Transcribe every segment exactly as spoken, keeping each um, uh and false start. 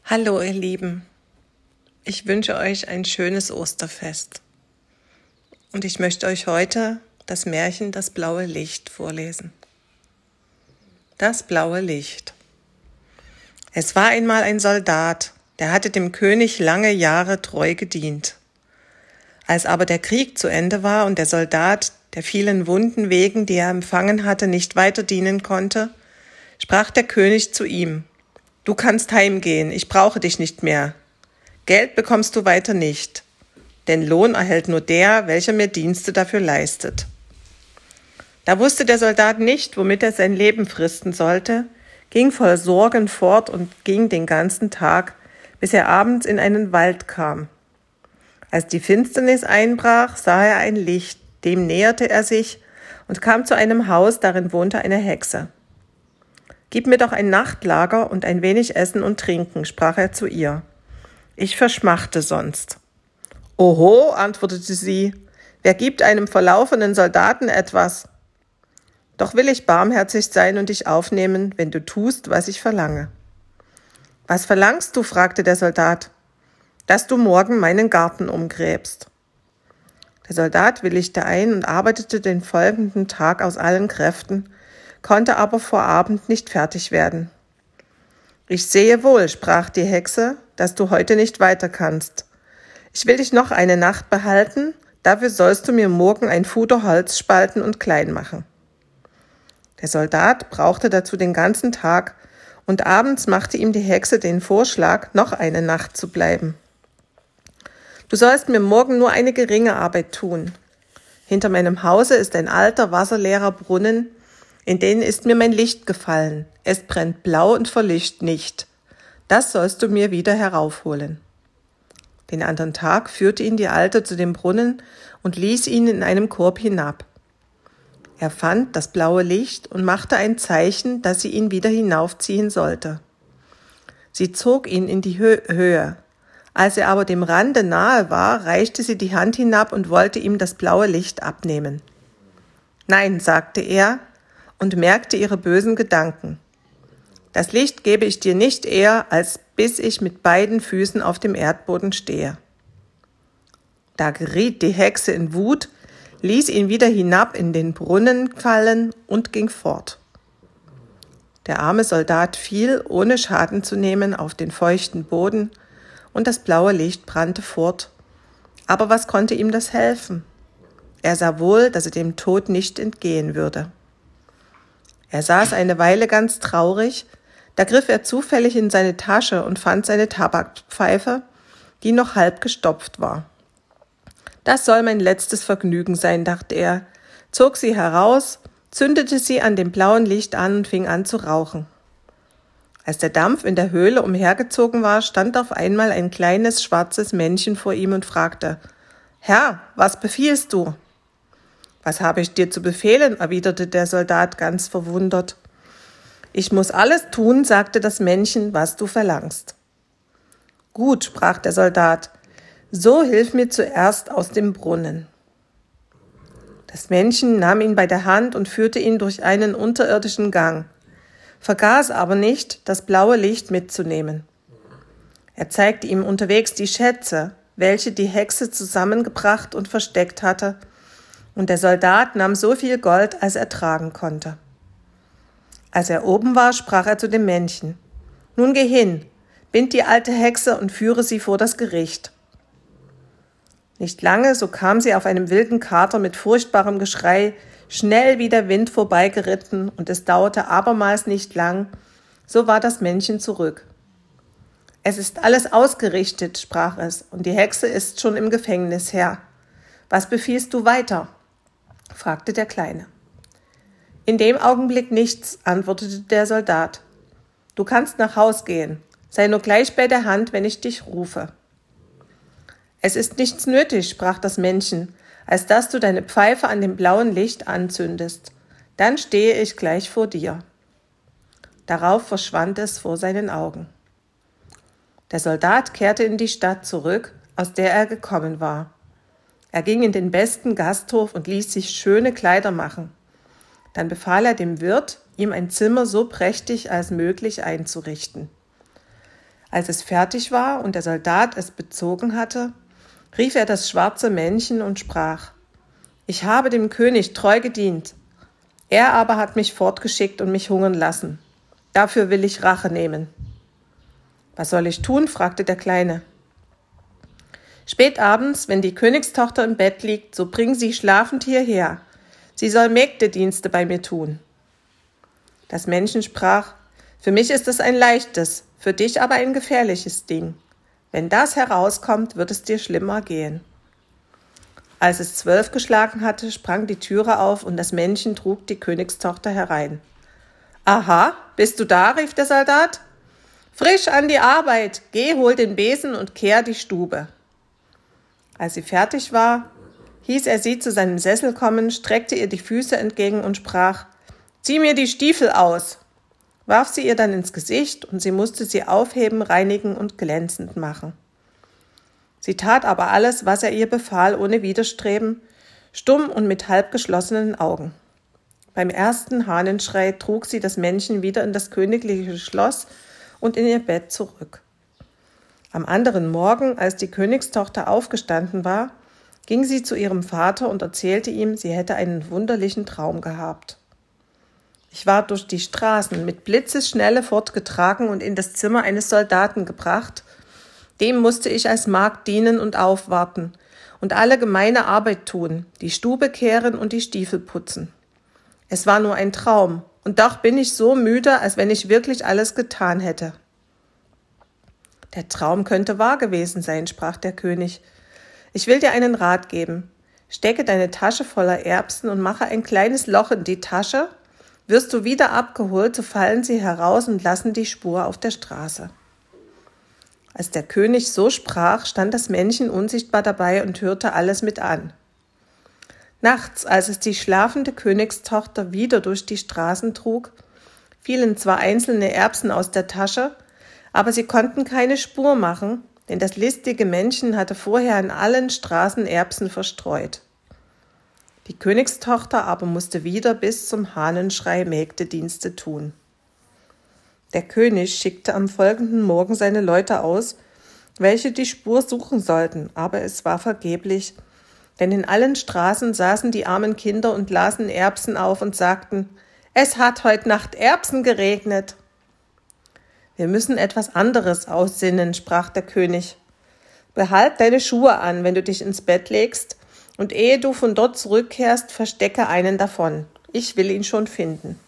Hallo ihr Lieben, ich wünsche euch ein schönes Osterfest und ich möchte euch heute das Märchen Das blaue Licht vorlesen. Das blaue Licht. Es war einmal ein Soldat, der hatte dem König lange Jahre treu gedient. Als aber der Krieg zu Ende war und der Soldat der vielen Wunden wegen, die er empfangen hatte, nicht weiter dienen konnte, sprach der König zu ihm: Du kannst heimgehen, ich brauche dich nicht mehr. Geld bekommst du weiter nicht, denn Lohn erhält nur der, welcher mir Dienste dafür leistet. Da wusste der Soldat nicht, womit er sein Leben fristen sollte, ging voll Sorgen fort und ging den ganzen Tag, bis er abends in einen Wald kam. Als die Finsternis einbrach, sah er ein Licht, dem näherte er sich und kam zu einem Haus, darin wohnte eine Hexe. »Gib mir doch ein Nachtlager und ein wenig Essen und Trinken«, sprach er zu ihr. »Ich verschmachte sonst.« »Oho«, antwortete sie, »wer gibt einem verlaufenen Soldaten etwas? Doch will ich barmherzig sein und dich aufnehmen, wenn du tust, was ich verlange.« »Was verlangst du?«, fragte der Soldat. »Dass du morgen meinen Garten umgräbst.« Der Soldat willigte ein und arbeitete den folgenden Tag aus allen Kräften, konnte aber vor Abend nicht fertig werden. »Ich sehe wohl«, sprach die Hexe, »dass du heute nicht weiter kannst. Ich will dich noch eine Nacht behalten, dafür sollst du mir morgen ein Fuder Holz spalten und klein machen.« Der Soldat brauchte dazu den ganzen Tag, und abends machte ihm die Hexe den Vorschlag, noch eine Nacht zu bleiben. »Du sollst mir morgen nur eine geringe Arbeit tun. Hinter meinem Hause ist ein alter, wasserleerer Brunnen, in den ist mir mein Licht gefallen. Es brennt blau und verlischt nicht. Das sollst du mir wieder heraufholen.« Den anderen Tag führte ihn die Alte zu dem Brunnen und ließ ihn in einem Korb hinab. Er fand das blaue Licht und machte ein Zeichen, dass sie ihn wieder hinaufziehen sollte. Sie zog ihn in die Hö- Höhe. Als er aber dem Rande nahe war, reichte sie die Hand hinab und wollte ihm das blaue Licht abnehmen. »Nein«, sagte er, und merkte ihre bösen Gedanken. »Das Licht gebe ich dir nicht eher, als bis ich mit beiden Füßen auf dem Erdboden stehe.« Da geriet die Hexe in Wut, ließ ihn wieder hinab in den Brunnen fallen und ging fort. Der arme Soldat fiel, ohne Schaden zu nehmen, auf den feuchten Boden, und das blaue Licht brannte fort. Aber was konnte ihm das helfen? Er sah wohl, dass er dem Tod nicht entgehen würde. Er saß eine Weile ganz traurig, da griff er zufällig in seine Tasche und fand seine Tabakpfeife, die noch halb gestopft war. »Das soll mein letztes Vergnügen sein«, dachte er, zog sie heraus, zündete sie an dem blauen Licht an und fing an zu rauchen. Als der Dampf in der Höhle umhergezogen war, stand auf einmal ein kleines schwarzes Männchen vor ihm und fragte: »Herr, was befiehlst du?« »Was habe ich dir zu befehlen?«, erwiderte der Soldat ganz verwundert. »Ich muss alles tun«, sagte das Männchen, »was du verlangst.« »Gut«, sprach der Soldat, »so hilf mir zuerst aus dem Brunnen.« Das Männchen nahm ihn bei der Hand und führte ihn durch einen unterirdischen Gang, vergaß aber nicht, das blaue Licht mitzunehmen. Er zeigte ihm unterwegs die Schätze, welche die Hexe zusammengebracht und versteckt hatte, und der Soldat nahm so viel Gold, als er tragen konnte. Als er oben war, sprach er zu dem Männchen: »Nun geh hin, bind die alte Hexe und führe sie vor das Gericht.« Nicht lange, so kam sie auf einem wilden Kater mit furchtbarem Geschrei, schnell wie der Wind vorbeigeritten, und es dauerte abermals nicht lang, so war das Männchen zurück. »Es ist alles ausgerichtet«, sprach es, »und die Hexe ist schon im Gefängnis, Herr. Was befiehlst du weiter?« fragte der Kleine. »In dem Augenblick nichts«, antwortete der Soldat. »Du kannst nach Haus gehen. Sei nur gleich bei der Hand, wenn ich dich rufe.« »Es ist nichts nötig«, sprach das Männchen, »als dass du deine Pfeife an dem blauen Licht anzündest. Dann stehe ich gleich vor dir.« Darauf verschwand es vor seinen Augen. Der Soldat kehrte in die Stadt zurück, aus der er gekommen war. Er ging in den besten Gasthof und ließ sich schöne Kleider machen. Dann befahl er dem Wirt, ihm ein Zimmer so prächtig als möglich einzurichten. Als es fertig war und der Soldat es bezogen hatte, rief er das schwarze Männchen und sprach: »Ich habe dem König treu gedient. Er aber hat mich fortgeschickt und mich hungern lassen. Dafür will ich Rache nehmen.« »Was soll ich tun?« fragte der Kleine. »Spät abends, wenn die Königstochter im Bett liegt, so bring sie schlafend hierher. Sie soll Mägdedienste bei mir tun.« Das Männchen sprach: »Für mich ist es ein leichtes, für dich aber ein gefährliches Ding. Wenn das herauskommt, wird es dir schlimmer gehen.« Als es zwölf geschlagen hatte, sprang die Türe auf und das Männchen trug die Königstochter herein. »Aha, bist du da?« rief der Soldat. »Frisch an die Arbeit, geh, hol den Besen und kehr die Stube.« Als sie fertig war, hieß er sie zu seinem Sessel kommen, streckte ihr die Füße entgegen und sprach: »Zieh mir die Stiefel aus«, warf sie ihr dann ins Gesicht und sie musste sie aufheben, reinigen und glänzend machen. Sie tat aber alles, was er ihr befahl, ohne Widerstreben, stumm und mit halb geschlossenen Augen. Beim ersten Hahnenschrei trug sie das Männchen wieder in das königliche Schloss und in ihr Bett zurück. Am anderen Morgen, als die Königstochter aufgestanden war, ging sie zu ihrem Vater und erzählte ihm, sie hätte einen wunderlichen Traum gehabt. »Ich war durch die Straßen mit Blitzesschnelle fortgetragen und in das Zimmer eines Soldaten gebracht. Dem musste ich als Magd dienen und aufwarten und alle gemeine Arbeit tun, die Stube kehren und die Stiefel putzen. Es war nur ein Traum, und doch bin ich so müde, als wenn ich wirklich alles getan hätte.« »Der Traum könnte wahr gewesen sein«, sprach der König. »Ich will dir einen Rat geben. Stecke deine Tasche voller Erbsen und mache ein kleines Loch in die Tasche. Wirst du wieder abgeholt, so fallen sie heraus und lassen die Spur auf der Straße.« Als der König so sprach, stand das Männchen unsichtbar dabei und hörte alles mit an. Nachts, als es die schlafende Königstochter wieder durch die Straßen trug, fielen zwar einzelne Erbsen aus der Tasche, aber sie konnten keine Spur machen, denn das listige Männchen hatte vorher an allen Straßen Erbsen verstreut. Die Königstochter aber musste wieder bis zum Hahnenschrei Mägdedienste tun. Der König schickte am folgenden Morgen seine Leute aus, welche die Spur suchen sollten, aber es war vergeblich, denn in allen Straßen saßen die armen Kinder und lasen Erbsen auf und sagten: »Es hat heut Nacht Erbsen geregnet.« »Wir müssen etwas anderes aussinnen«, sprach der König. »Behalt deine Schuhe an, wenn du dich ins Bett legst, und ehe du von dort zurückkehrst, verstecke einen davon. Ich will ihn schon finden.«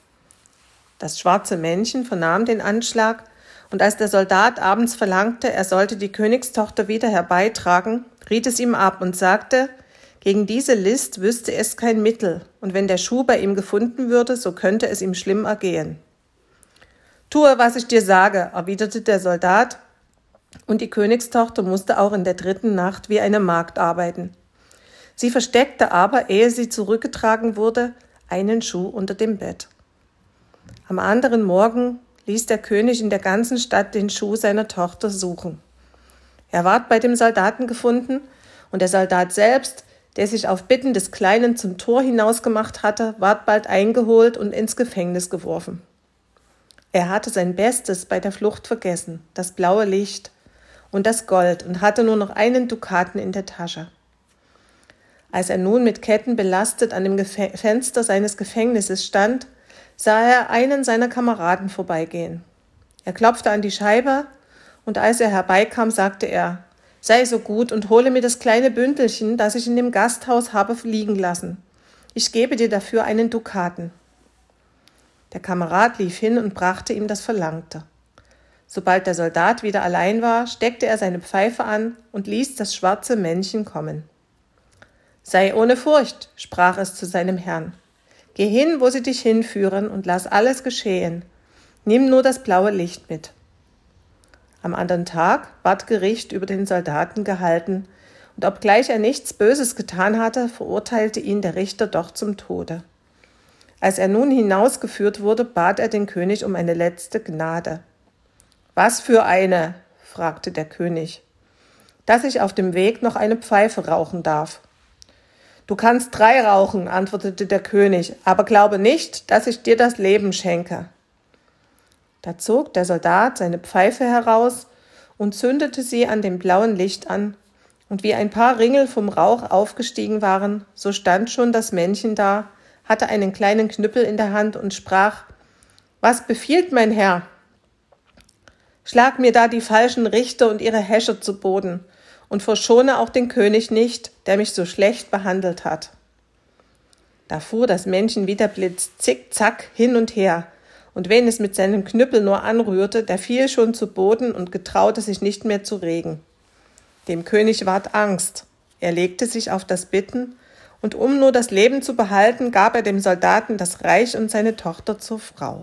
Das schwarze Männchen vernahm den Anschlag, und als der Soldat abends verlangte, er sollte die Königstochter wieder herbeitragen, riet es ihm ab und sagte, gegen diese List wüsste es kein Mittel, und wenn der Schuh bei ihm gefunden würde, so könnte es ihm schlimm ergehen. »Tue, was ich dir sage«, erwiderte der Soldat, und die Königstochter musste auch in der dritten Nacht wie eine Magd arbeiten. Sie versteckte aber, ehe sie zurückgetragen wurde, einen Schuh unter dem Bett. Am anderen Morgen ließ der König in der ganzen Stadt den Schuh seiner Tochter suchen. Er ward bei dem Soldaten gefunden, und der Soldat selbst, der sich auf Bitten des Kleinen zum Tor hinausgemacht hatte, ward bald eingeholt und ins Gefängnis geworfen. Er hatte sein Bestes bei der Flucht vergessen, das blaue Licht und das Gold, und hatte nur noch einen Dukaten in der Tasche. Als er nun mit Ketten belastet an dem Gef- Fenster seines Gefängnisses stand, sah er einen seiner Kameraden vorbeigehen. Er klopfte an die Scheibe, und als er herbeikam, sagte er: »Sei so gut und hole mir das kleine Bündelchen, das ich in dem Gasthaus habe liegen lassen. Ich gebe dir dafür einen Dukaten.« Der Kamerad lief hin und brachte ihm das Verlangte. Sobald der Soldat wieder allein war, steckte er seine Pfeife an und ließ das schwarze Männchen kommen. »Sei ohne Furcht«, sprach es zu seinem Herrn. »Geh hin, wo sie dich hinführen, und lass alles geschehen. Nimm nur das blaue Licht mit.« Am anderen Tag ward Gericht über den Soldaten gehalten, und obgleich er nichts Böses getan hatte, verurteilte ihn der Richter doch zum Tode. Als er nun hinausgeführt wurde, bat er den König um eine letzte Gnade. »Was für eine?« fragte der König. »Dass ich auf dem Weg noch eine Pfeife rauchen darf.« »Du kannst drei rauchen«, antwortete der König, »aber glaube nicht, dass ich dir das Leben schenke.« Da zog der Soldat seine Pfeife heraus und zündete sie an dem blauen Licht an, und wie ein paar Ringel vom Rauch aufgestiegen waren, so stand schon das Männchen da, hatte einen kleinen Knüppel in der Hand und sprach: »Was befiehlt mein Herr?« »Schlag mir da die falschen Richter und ihre Häscher zu Boden und verschone auch den König nicht, der mich so schlecht behandelt hat.« Da fuhr das Männchen wie der Blitz zickzack hin und her, und wen es mit seinem Knüppel nur anrührte, der fiel schon zu Boden und getraute sich nicht mehr zu regen. Dem König ward Angst. Er legte sich auf das Bitten, und um nur das Leben zu behalten, gab er dem Soldaten das Reich und seine Tochter zur Frau.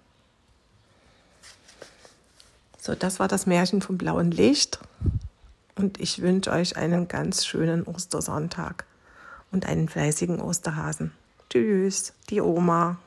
So, das war das Märchen vom blauen Licht. Und ich wünsche euch einen ganz schönen Ostersonntag und einen fleißigen Osterhasen. Tschüss, die Oma.